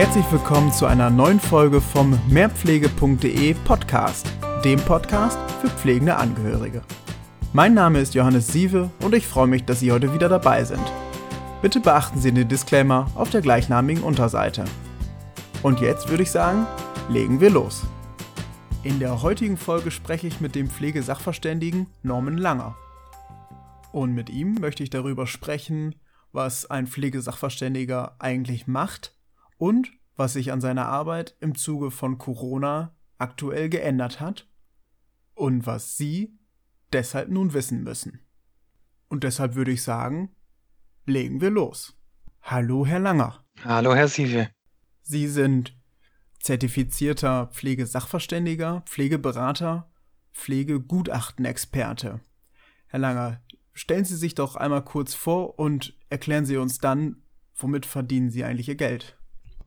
Herzlich willkommen zu einer neuen Folge vom mehrpflege.de Podcast, dem Podcast für pflegende Angehörige. Mein Name ist Johannes Siewe und ich freue mich, dass Sie heute wieder dabei sind. Bitte beachten Sie den Disclaimer auf der gleichnamigen Unterseite. Und jetzt würde ich sagen, legen wir los. In der heutigen Folge spreche ich mit dem Pflegesachverständigen Norman Langer. Und mit ihm möchte ich darüber sprechen, was ein Pflegesachverständiger eigentlich macht und was sich an seiner Arbeit im Zuge von Corona aktuell geändert hat und was Sie deshalb nun wissen müssen. Und deshalb würde ich sagen, legen wir los. Hallo, Herr Langer. Hallo, Herr Siewe. Sie sind zertifizierter Pflegesachverständiger, Pflegeberater, Pflegegutachtenexperte. Herr Langer, stellen Sie sich doch einmal kurz vor und erklären Sie uns dann, womit verdienen Sie eigentlich Ihr Geld?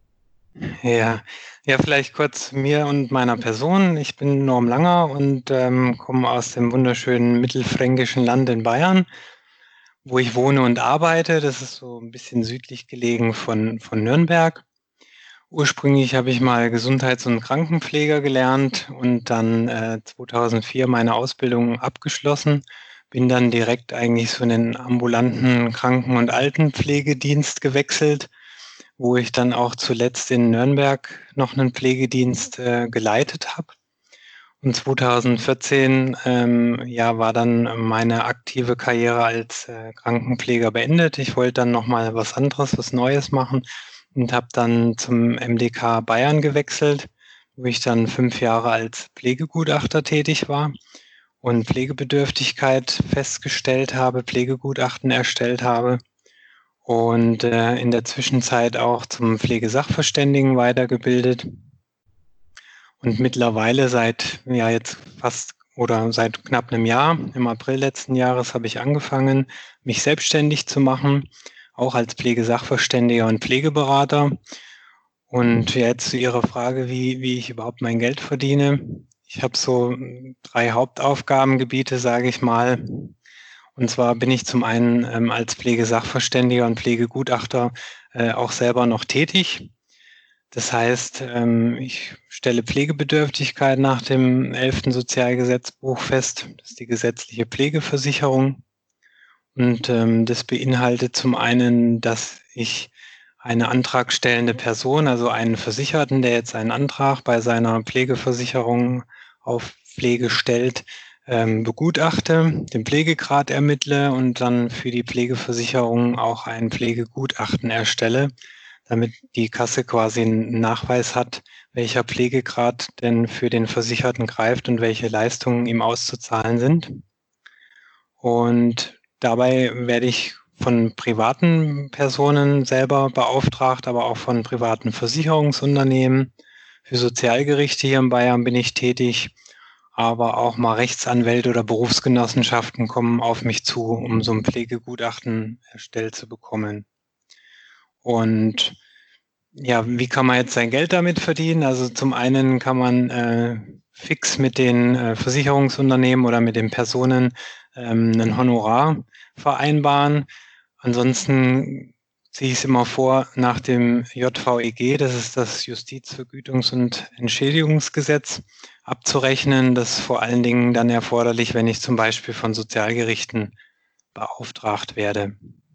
Ja, vielleicht kurz mir und meiner Person. Ich bin Norm Langer und komme aus dem wunderschönen mittelfränkischen Land in Bayern, wo ich wohne und arbeite. Das ist so ein bisschen südlich gelegen von Nürnberg. Ursprünglich habe ich mal Gesundheits- und Krankenpfleger gelernt und dann 2004 meine Ausbildung abgeschlossen. Bin dann direkt eigentlich so in den ambulanten Kranken- und Altenpflegedienst gewechselt, wo ich dann auch zuletzt in Nürnberg noch einen Pflegedienst geleitet habe. Und 2014 war dann meine aktive Karriere als Krankenpfleger beendet. Ich wollte dann nochmal was anderes, was Neues machen und habe dann zum MDK Bayern gewechselt, wo ich dann 5 Jahre als Pflegegutachter tätig war und Pflegebedürftigkeit festgestellt habe, Pflegegutachten erstellt habe und in der Zwischenzeit auch zum Pflegesachverständigen weitergebildet. Und mittlerweile seit knapp einem Jahr, im April letzten Jahres, habe ich angefangen, mich selbstständig zu machen, auch als Pflegesachverständiger und Pflegeberater. Und jetzt zu Ihrer Frage, wie ich überhaupt mein Geld verdiene. Ich habe so 3 Hauptaufgabengebiete, sage ich mal. Und zwar bin ich zum einen als Pflegesachverständiger und Pflegegutachter auch selber noch tätig. Das heißt, ich stelle Pflegebedürftigkeit nach dem 11. Sozialgesetzbuch fest. Das ist die gesetzliche Pflegeversicherung. Und das beinhaltet zum einen, dass ich eine antragstellende Person, also einen Versicherten, der jetzt einen Antrag bei seiner Pflegeversicherung auf Pflege stellt, begutachte, den Pflegegrad ermittle und dann für die Pflegeversicherung auch ein Pflegegutachten erstelle, damit die Kasse quasi einen Nachweis hat, welcher Pflegegrad denn für den Versicherten greift und welche Leistungen ihm auszuzahlen sind. Und dabei werde ich von privaten Personen selber beauftragt, aber auch von privaten Versicherungsunternehmen. Für Sozialgerichte hier in Bayern bin ich tätig, aber auch mal Rechtsanwälte oder Berufsgenossenschaften kommen auf mich zu, um so ein Pflegegutachten erstellt zu bekommen. Und ja, wie kann man jetzt sein Geld damit verdienen? Also zum einen kann man fix mit den Versicherungsunternehmen oder mit den Personen ein Honorar vereinbaren. Ansonsten ziehe ich es immer vor, nach dem JVEG, das ist das Justizvergütungs- und Entschädigungsgesetz, abzurechnen. Das ist vor allen Dingen dann erforderlich, wenn ich zum Beispiel von Sozialgerichten beauftragt werde.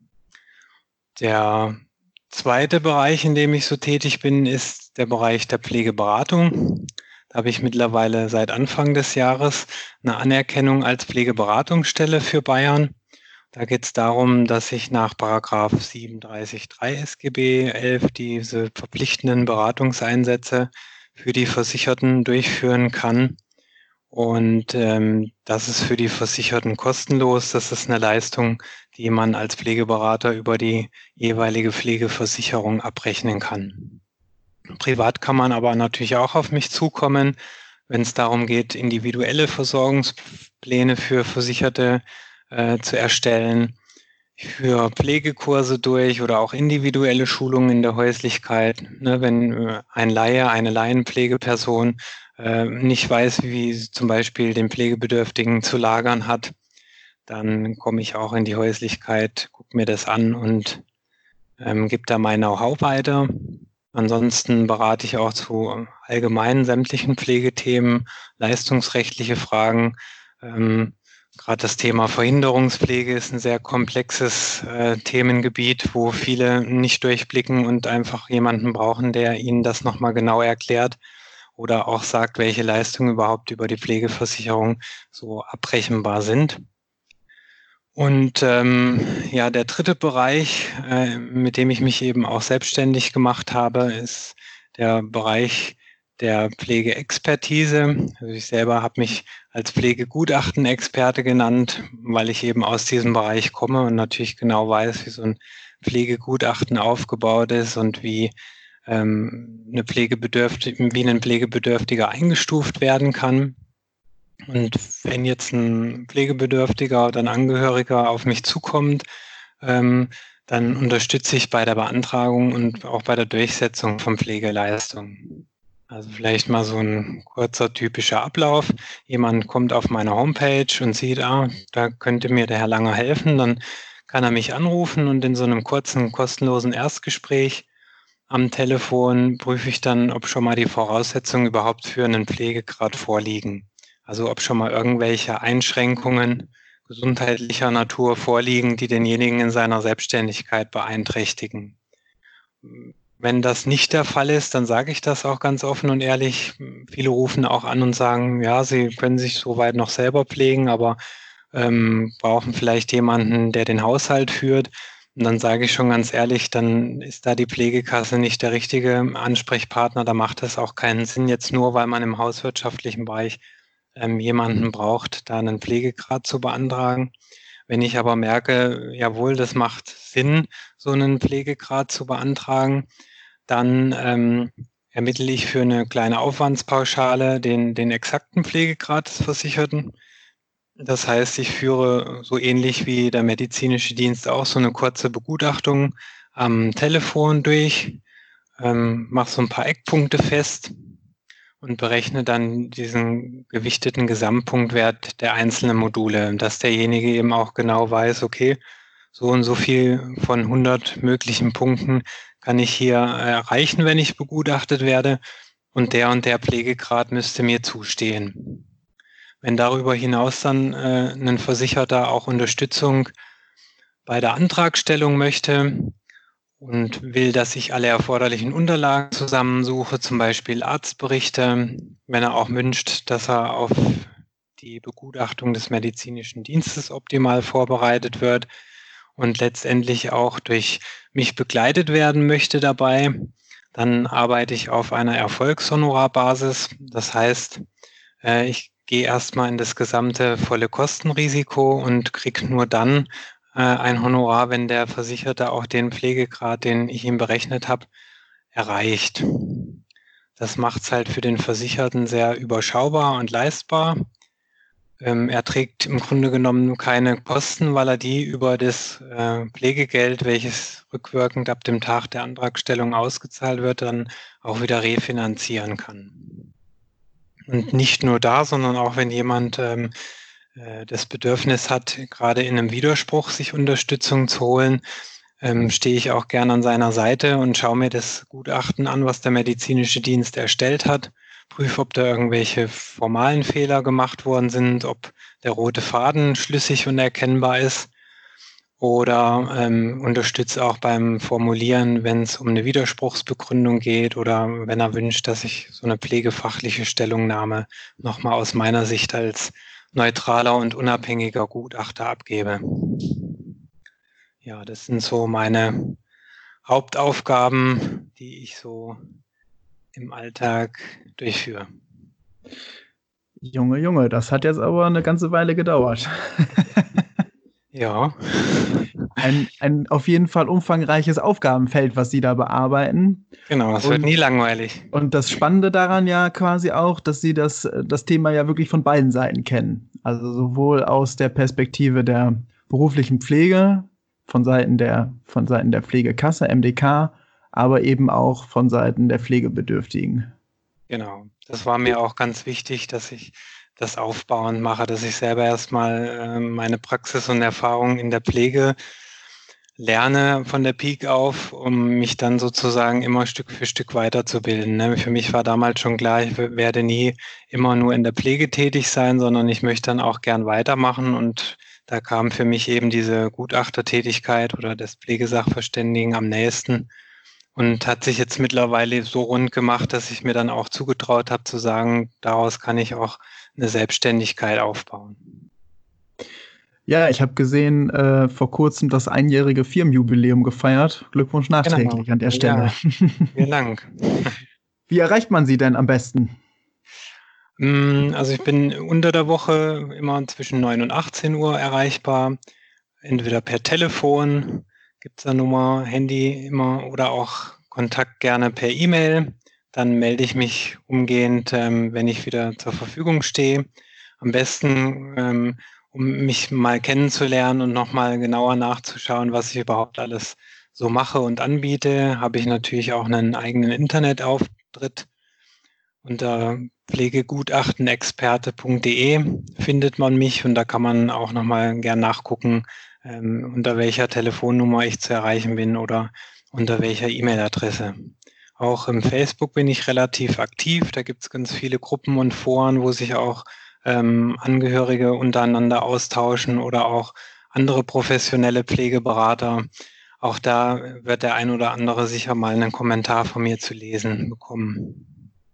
Der zweite Bereich, in dem ich so tätig bin, ist der Bereich der Pflegeberatung. Da habe ich mittlerweile seit Anfang des Jahres eine Anerkennung als Pflegeberatungsstelle für Bayern. Da geht es darum, dass ich nach § 37.3 SGB 11 diese verpflichtenden Beratungseinsätze für die Versicherten durchführen kann. Und das ist für die Versicherten kostenlos. Das ist eine Leistung, die man als Pflegeberater über die jeweilige Pflegeversicherung abrechnen kann. Privat kann man aber natürlich auch auf mich zukommen, wenn es darum geht, individuelle Versorgungspläne für Versicherte zu erstellen. Ich führe Pflegekurse durch oder auch individuelle Schulungen in der Häuslichkeit. Ne, wenn ein Laie, eine Laienpflegeperson nicht weiß, wie sie zum Beispiel den Pflegebedürftigen zu lagern hat, dann komme ich auch in die Häuslichkeit, gucke mir das an und gebe da mein Know-how weiter. Ansonsten berate ich auch zu allgemeinen sämtlichen Pflegethemen, leistungsrechtliche Fragen. Gerade das Thema Verhinderungspflege ist ein sehr komplexes Themengebiet, wo viele nicht durchblicken und einfach jemanden brauchen, der ihnen das nochmal genau erklärt oder auch sagt, welche Leistungen überhaupt über die Pflegeversicherung so abrechenbar sind. Und ja, der dritte Bereich, mit dem ich mich eben auch selbstständig gemacht habe, ist der Bereich der Pflegeexpertise. Also ich selber habe mich als Pflegegutachtenexperte genannt, weil ich eben aus diesem Bereich komme und natürlich genau weiß, wie so ein Pflegegutachten aufgebaut ist und wie ein Pflegebedürftiger eingestuft werden kann. Und wenn jetzt ein Pflegebedürftiger oder ein Angehöriger auf mich zukommt, dann unterstütze ich bei der Beantragung und auch bei der Durchsetzung von Pflegeleistungen. Also vielleicht mal so ein kurzer typischer Ablauf. Jemand kommt auf meine Homepage und sieht, da könnte mir der Herr Langer helfen. Dann kann er mich anrufen und in so einem kurzen, kostenlosen Erstgespräch am Telefon prüfe ich dann, ob schon mal die Voraussetzungen überhaupt für einen Pflegegrad vorliegen. Also ob schon mal irgendwelche Einschränkungen gesundheitlicher Natur vorliegen, die denjenigen in seiner Selbstständigkeit beeinträchtigen. Wenn das nicht der Fall ist, dann sage ich das auch ganz offen und ehrlich. Viele rufen auch an und sagen, ja, sie können sich soweit noch selber pflegen, aber brauchen vielleicht jemanden, der den Haushalt führt. Und dann sage ich schon ganz ehrlich, dann ist da die Pflegekasse nicht der richtige Ansprechpartner. Da macht es auch keinen Sinn, jetzt nur, weil man im hauswirtschaftlichen Bereich jemanden braucht, da einen Pflegegrad zu beantragen. Wenn ich aber merke, jawohl, das macht Sinn, so einen Pflegegrad zu beantragen, dann ermittle ich für eine kleine Aufwandspauschale den exakten Pflegegrad des Versicherten. Das heißt, ich führe so ähnlich wie der medizinische Dienst auch so eine kurze Begutachtung am Telefon durch, mache so ein paar Eckpunkte fest und berechne dann diesen gewichteten Gesamtpunktwert der einzelnen Module, dass derjenige eben auch genau weiß, okay, so und so viel von 100 möglichen Punkten kann ich hier erreichen, wenn ich begutachtet werde, und der Pflegegrad müsste mir zustehen. Wenn darüber hinaus dann ein Versicherter auch Unterstützung bei der Antragstellung möchte und will, dass ich alle erforderlichen Unterlagen zusammensuche, zum Beispiel Arztberichte, wenn er auch wünscht, dass er auf die Begutachtung des medizinischen Dienstes optimal vorbereitet wird und letztendlich auch durch mich begleitet werden möchte dabei, dann arbeite ich auf einer Erfolgshonorarbasis. Das heißt, ich gehe erstmal in das gesamte volle Kostenrisiko und kriege nur dann ein Honorar, wenn der Versicherte auch den Pflegegrad, den ich ihm berechnet habe, erreicht. Das macht es halt für den Versicherten sehr überschaubar und leistbar. Er trägt im Grunde genommen keine Kosten, weil er die über das Pflegegeld, welches rückwirkend ab dem Tag der Antragstellung ausgezahlt wird, dann auch wieder refinanzieren kann. Und nicht nur da, sondern auch wenn jemand das Bedürfnis hat, gerade in einem Widerspruch sich Unterstützung zu holen, stehe ich auch gern an seiner Seite und schaue mir das Gutachten an, was der medizinische Dienst erstellt hat, prüfe, ob da irgendwelche formalen Fehler gemacht worden sind, ob der rote Faden schlüssig und erkennbar ist, oder unterstütze auch beim Formulieren, wenn es um eine Widerspruchsbegründung geht oder wenn er wünscht, dass ich so eine pflegefachliche Stellungnahme nochmal aus meiner Sicht als neutraler und unabhängiger Gutachter abgebe. Ja, das sind so meine Hauptaufgaben, die ich so im Alltag durchführe. Junge, das hat jetzt aber eine ganze Weile gedauert. Ja. Ein auf jeden Fall umfangreiches Aufgabenfeld, was Sie da bearbeiten. Genau, es wird nie langweilig. Und das Spannende daran ja quasi auch, dass Sie das Thema ja wirklich von beiden Seiten kennen. Also sowohl aus der Perspektive der beruflichen Pflege, von Seiten der Pflegekasse, MDK, aber eben auch von Seiten der Pflegebedürftigen. Genau, das war mir auch ganz wichtig, dass ich das aufbauend mache, dass ich selber erstmal meine Praxis und Erfahrung in der Pflege lerne von der Pike auf, um mich dann sozusagen immer Stück für Stück weiterzubilden, ne? Für mich war damals schon klar, ich werde nie immer nur in der Pflege tätig sein, sondern ich möchte dann auch gern weitermachen. Und da kam für mich eben diese Gutachtertätigkeit oder des Pflegesachverständigen am nächsten und hat sich jetzt mittlerweile so rund gemacht, dass ich mir dann auch zugetraut habe zu sagen, daraus kann ich auch eine Selbstständigkeit aufbauen. Ja, ich habe gesehen, vor kurzem das einjährige Firmenjubiläum gefeiert. Glückwunsch nachträglich an der Stelle. Ja, vielen Dank. Wie erreicht man Sie denn am besten? Also ich bin unter der Woche immer zwischen 9 und 18 Uhr erreichbar, entweder per Telefon, gibt's da Nummer, Handy immer oder auch Kontakt gerne per E-Mail. Dann melde ich mich umgehend, wenn ich wieder zur Verfügung stehe. Am besten, um mich mal kennenzulernen und nochmal genauer nachzuschauen, was ich überhaupt alles so mache und anbiete, habe ich natürlich auch einen eigenen Internetauftritt. Unter pflegegutachtenexperte.de findet man mich und da kann man auch nochmal gern nachgucken, unter welcher Telefonnummer ich zu erreichen bin oder unter welcher E-Mail-Adresse. Auch im Facebook bin ich relativ aktiv. Da gibt es ganz viele Gruppen und Foren, wo sich auch Angehörige untereinander austauschen oder auch andere professionelle Pflegeberater. Auch da wird der ein oder andere sicher mal einen Kommentar von mir zu lesen bekommen.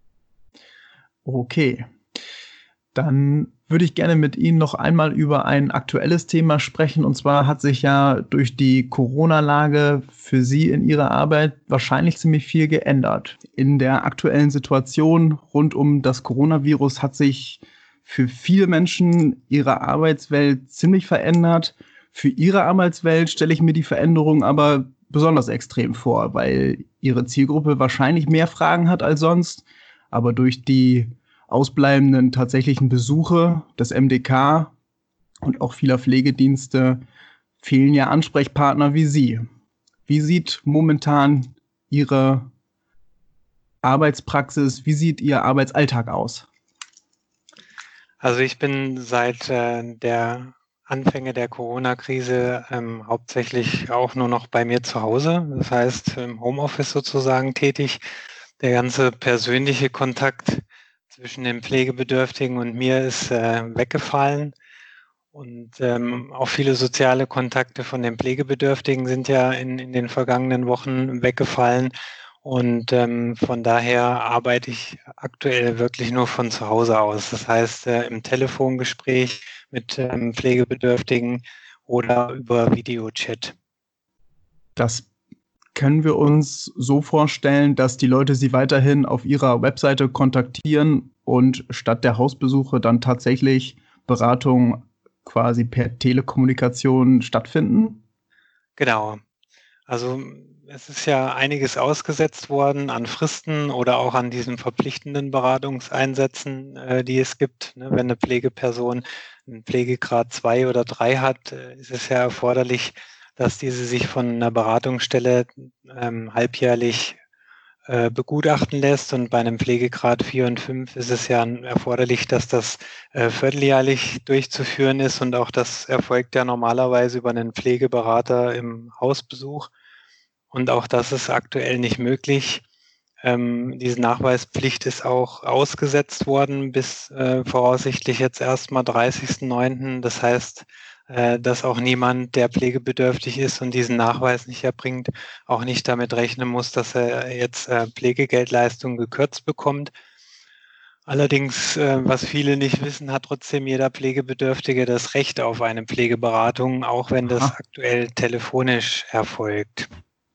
Okay, dann würde ich gerne mit Ihnen noch einmal über ein aktuelles Thema sprechen. Und zwar hat sich ja durch die Corona-Lage für Sie in Ihrer Arbeit wahrscheinlich ziemlich viel geändert. In der aktuellen Situation rund um das Coronavirus hat sich für viele Menschen ihre Arbeitswelt ziemlich verändert. Für Ihre Arbeitswelt stelle ich mir die Veränderung aber besonders extrem vor, weil Ihre Zielgruppe wahrscheinlich mehr Fragen hat als sonst. Aber durch die ausbleibenden tatsächlichen Besuche des MDK und auch vieler Pflegedienste fehlen ja Ansprechpartner wie Sie. Wie sieht momentan Ihre Arbeitspraxis, wie sieht Ihr Arbeitsalltag aus? Also ich bin seit der Anfänge der Corona-Krise hauptsächlich auch nur noch bei mir zu Hause, das heißt im Homeoffice sozusagen tätig. Der ganze persönliche Kontakt zwischen den Pflegebedürftigen und mir ist weggefallen. Und auch viele soziale Kontakte von den Pflegebedürftigen sind ja in den vergangenen Wochen weggefallen. Und von daher arbeite ich aktuell wirklich nur von zu Hause aus. Das heißt, im Telefongespräch mit Pflegebedürftigen oder über Videochat. Das können wir uns so vorstellen, dass die Leute Sie weiterhin auf Ihrer Webseite kontaktieren und statt der Hausbesuche dann tatsächlich Beratungen quasi per Telekommunikation stattfinden? Genau. Also es ist ja einiges ausgesetzt worden an Fristen oder auch an diesen verpflichtenden Beratungseinsätzen, die es gibt. Ne? Wenn eine Pflegeperson einen Pflegegrad 2 oder 3 hat, ist es ja erforderlich, dass diese sich von einer Beratungsstelle halbjährlich begutachten lässt. Und bei einem Pflegegrad 4 und 5 ist es ja erforderlich, dass das vierteljährlich durchzuführen ist. Und auch das erfolgt ja normalerweise über einen Pflegeberater im Hausbesuch. Und auch das ist aktuell nicht möglich. Diese Nachweispflicht ist auch ausgesetzt worden bis voraussichtlich jetzt erstmal 30.09. Das heißt, dass auch niemand, der pflegebedürftig ist und diesen Nachweis nicht erbringt, auch nicht damit rechnen muss, dass er jetzt Pflegegeldleistungen gekürzt bekommt. Allerdings, was viele nicht wissen, hat trotzdem jeder Pflegebedürftige das Recht auf eine Pflegeberatung, auch wenn das aktuell telefonisch erfolgt.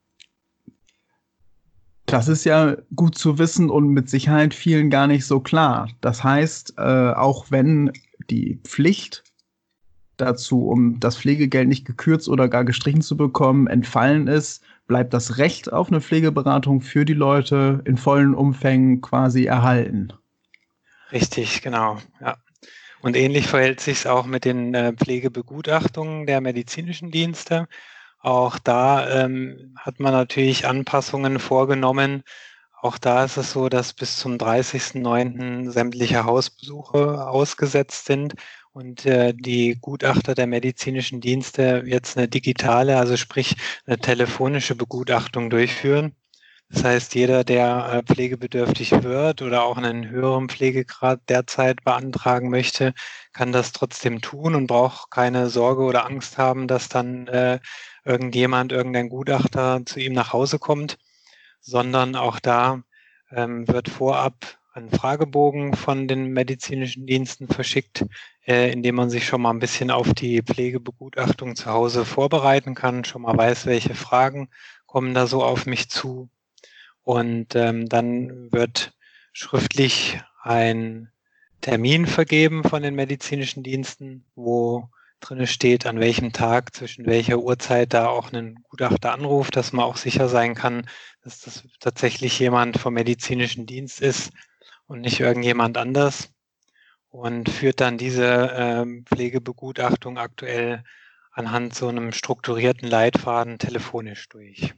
Das ist ja gut zu wissen und mit Sicherheit vielen gar nicht so klar. Das heißt, auch wenn die Pflicht dazu, um das Pflegegeld nicht gekürzt oder gar gestrichen zu bekommen, entfallen ist, bleibt das Recht auf eine Pflegeberatung für die Leute in vollen Umfängen quasi erhalten. Richtig, genau, ja. Und ähnlich verhält sich es auch mit den Pflegebegutachtungen der medizinischen Dienste. Auch da hat man natürlich Anpassungen vorgenommen, Auch da ist es so, dass bis zum 30.09. sämtliche Hausbesuche ausgesetzt sind und die Gutachter der medizinischen Dienste jetzt eine digitale, also sprich eine telefonische Begutachtung durchführen. Das heißt, jeder, der pflegebedürftig wird oder auch einen höheren Pflegegrad derzeit beantragen möchte, kann das trotzdem tun und braucht keine Sorge oder Angst haben, dass dann irgendein Gutachter zu ihm nach Hause kommt, sondern auch da wird vorab ein Fragebogen von den medizinischen Diensten verschickt, indem man sich schon mal ein bisschen auf die Pflegebegutachtung zu Hause vorbereiten kann, schon mal weiß, welche Fragen kommen da so auf mich zu. Und dann wird schriftlich ein Termin vergeben von den medizinischen Diensten, wo drin steht, an welchem Tag, zwischen welcher Uhrzeit da auch ein Gutachter anruft, dass man auch sicher sein kann, dass das tatsächlich jemand vom medizinischen Dienst ist und nicht irgendjemand anders. Und führt dann diese Pflegebegutachtung aktuell anhand so einem strukturierten Leitfaden telefonisch durch.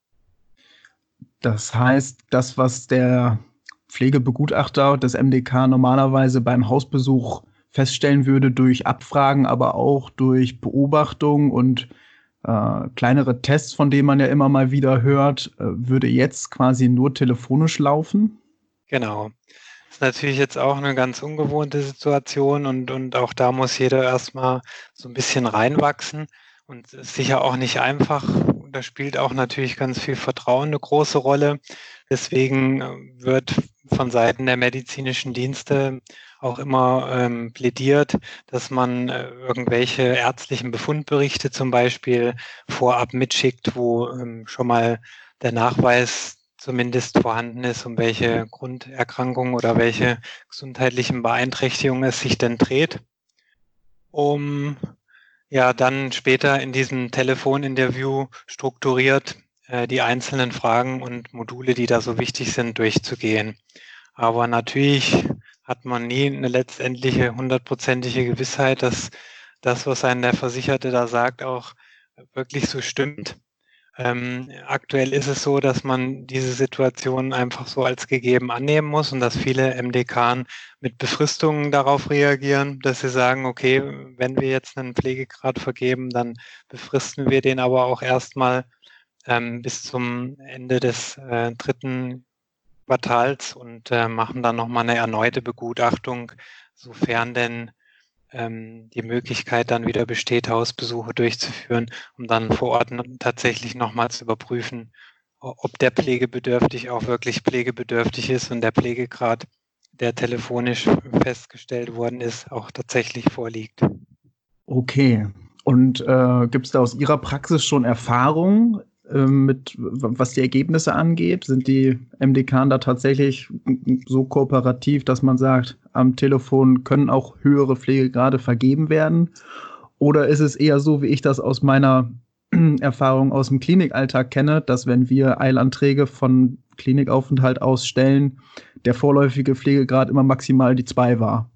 Das heißt, das, was der Pflegebegutachter des MDK normalerweise beim Hausbesuch feststellen würde durch Abfragen, aber auch durch Beobachtung und kleinere Tests, von denen man ja immer mal wieder hört, würde jetzt quasi nur telefonisch laufen? Genau. Das ist natürlich jetzt auch eine ganz ungewohnte Situation und auch da muss jeder erstmal so ein bisschen reinwachsen und ist sicher auch nicht einfach. Da spielt auch natürlich ganz viel Vertrauen eine große Rolle. Deswegen wird von Seiten der medizinischen Dienste auch immer plädiert, dass man irgendwelche ärztlichen Befundberichte zum Beispiel vorab mitschickt, wo schon mal der Nachweis zumindest vorhanden ist, um welche Grunderkrankungen oder welche gesundheitlichen Beeinträchtigungen es sich denn dreht, um ja dann später in diesem Telefoninterview strukturiert die einzelnen Fragen und Module, die da so wichtig sind, durchzugehen. Aber natürlich hat man nie eine letztendliche 100%ige Gewissheit, dass das, was einem der Versicherte da sagt, auch wirklich so stimmt. Aktuell ist es so, dass man diese Situation einfach so als gegeben annehmen muss und dass viele MDK mit Befristungen darauf reagieren, dass sie sagen, okay, wenn wir jetzt einen Pflegegrad vergeben, dann befristen wir den aber auch erstmal bis zum Ende des dritten Quartals und machen dann nochmal eine erneute Begutachtung, sofern denn die Möglichkeit dann wieder besteht, Hausbesuche durchzuführen, um dann vor Ort tatsächlich nochmal zu überprüfen, ob der Pflegebedürftig auch wirklich pflegebedürftig ist und der Pflegegrad, der telefonisch festgestellt worden ist, auch tatsächlich vorliegt. Okay. Und gibt es da aus Ihrer Praxis schon Erfahrungen mit, was die Ergebnisse angeht? Sind die MDK da tatsächlich so kooperativ, dass man sagt, am Telefon können auch höhere Pflegegrade vergeben werden? Oder ist es eher so, wie ich das aus meiner Erfahrung aus dem Klinikalltag kenne, dass wenn wir Eilanträge von Klinikaufenthalt ausstellen, der vorläufige Pflegegrad immer maximal die 2 war?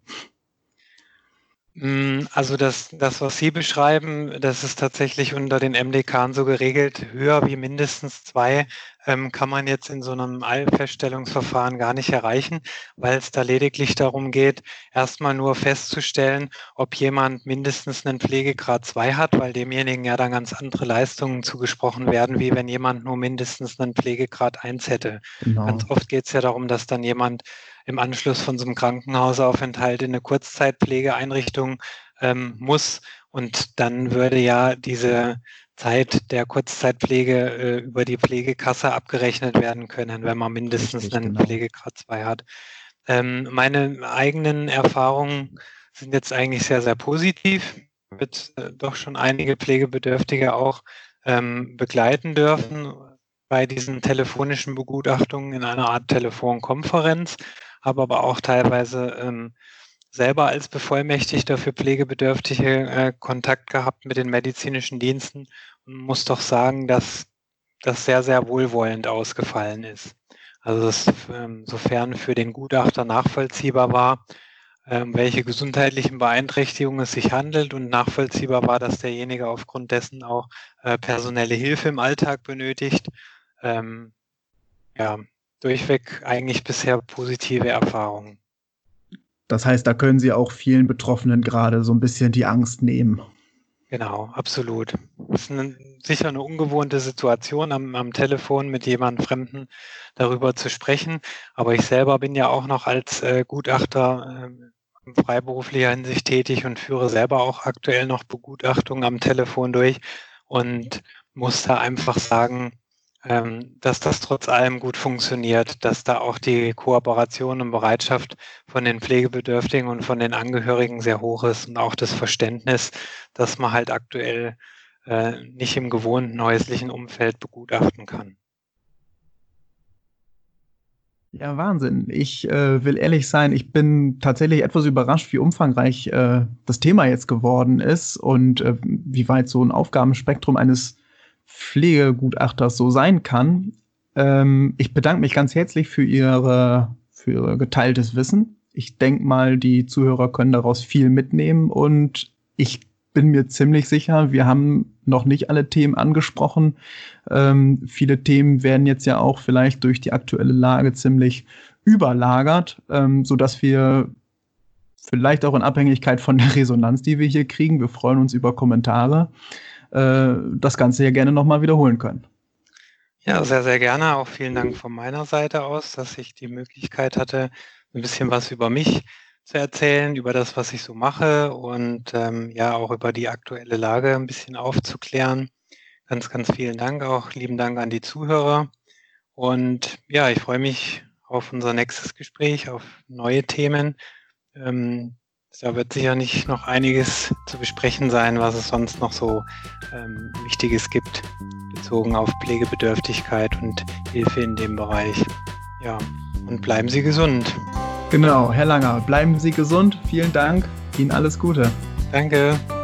Also das, was Sie beschreiben, das ist tatsächlich unter den MDK so geregelt. Höher wie mindestens 2 kann man jetzt in so einem Eilfeststellungsverfahren gar nicht erreichen, weil es da lediglich darum geht, erstmal nur festzustellen, ob jemand mindestens einen Pflegegrad 2 hat, weil demjenigen ja dann ganz andere Leistungen zugesprochen werden, wie wenn jemand nur mindestens einen Pflegegrad 1 hätte. Genau. Ganz oft geht es ja darum, dass dann jemand im Anschluss von so einem Krankenhausaufenthalt in eine Kurzzeitpflegeeinrichtung muss. Und dann würde ja diese Zeit der Kurzzeitpflege über die Pflegekasse abgerechnet werden können, wenn man mindestens Richtig, einen genau. Pflegegrad 2 hat. Meine eigenen Erfahrungen sind jetzt eigentlich sehr, sehr positiv. Wird doch schon einige Pflegebedürftige auch begleiten dürfen bei diesen telefonischen Begutachtungen in einer Art Telefonkonferenz, habe aber auch teilweise selber als Bevollmächtigter für Pflegebedürftige Kontakt gehabt mit den medizinischen Diensten und muss doch sagen, dass das sehr, sehr wohlwollend ausgefallen ist. Also dass, sofern für den Gutachter nachvollziehbar war, welche gesundheitlichen Beeinträchtigungen es sich handelt und nachvollziehbar war, dass derjenige aufgrund dessen auch personelle Hilfe im Alltag benötigt. Ja, durchweg eigentlich bisher positive Erfahrungen. Das heißt, da können Sie auch vielen Betroffenen gerade so ein bisschen die Angst nehmen. Genau, absolut. Das ist sicher eine ungewohnte Situation, am Telefon mit jemandem Fremden darüber zu sprechen. Aber ich selber bin ja auch noch als Gutachter in freiberuflicher Hinsicht tätig und führe selber auch aktuell noch Begutachtungen am Telefon durch und muss da einfach sagen, dass das trotz allem gut funktioniert, dass da auch die Kooperation und Bereitschaft von den Pflegebedürftigen und von den Angehörigen sehr hoch ist und auch das Verständnis, dass man halt aktuell nicht im gewohnten häuslichen Umfeld begutachten kann. Ja, Wahnsinn. Ich will ehrlich sein, ich bin tatsächlich etwas überrascht, wie umfangreich das Thema jetzt geworden ist und wie weit so ein Aufgabenspektrum eines Pflegegutachters so sein kann. Ich bedanke mich ganz herzlich für Ihr geteiltes Wissen. Ich denke mal, die Zuhörer können daraus viel mitnehmen und ich bin mir ziemlich sicher, wir haben noch nicht alle Themen angesprochen. Viele Themen werden jetzt ja auch vielleicht durch die aktuelle Lage ziemlich überlagert, sodass wir vielleicht auch in Abhängigkeit von der Resonanz, die wir hier kriegen, wir freuen uns über Kommentare, das Ganze ja gerne nochmal wiederholen können. Ja, sehr, sehr gerne. Auch vielen Dank von meiner Seite aus, dass ich die Möglichkeit hatte, ein bisschen was über mich zu erzählen, über das, was ich so mache und ja, auch über die aktuelle Lage ein bisschen aufzuklären. Ganz, ganz vielen Dank, auch lieben Dank an die Zuhörer. Und ja, ich freue mich auf unser nächstes Gespräch, auf neue Themen. Da wird sicher nicht noch einiges zu besprechen sein, was es sonst noch so Wichtiges gibt, bezogen auf Pflegebedürftigkeit und Hilfe in dem Bereich. Ja, und bleiben Sie gesund. Genau, Herr Langer, bleiben Sie gesund. Vielen Dank. Ihnen alles Gute. Danke.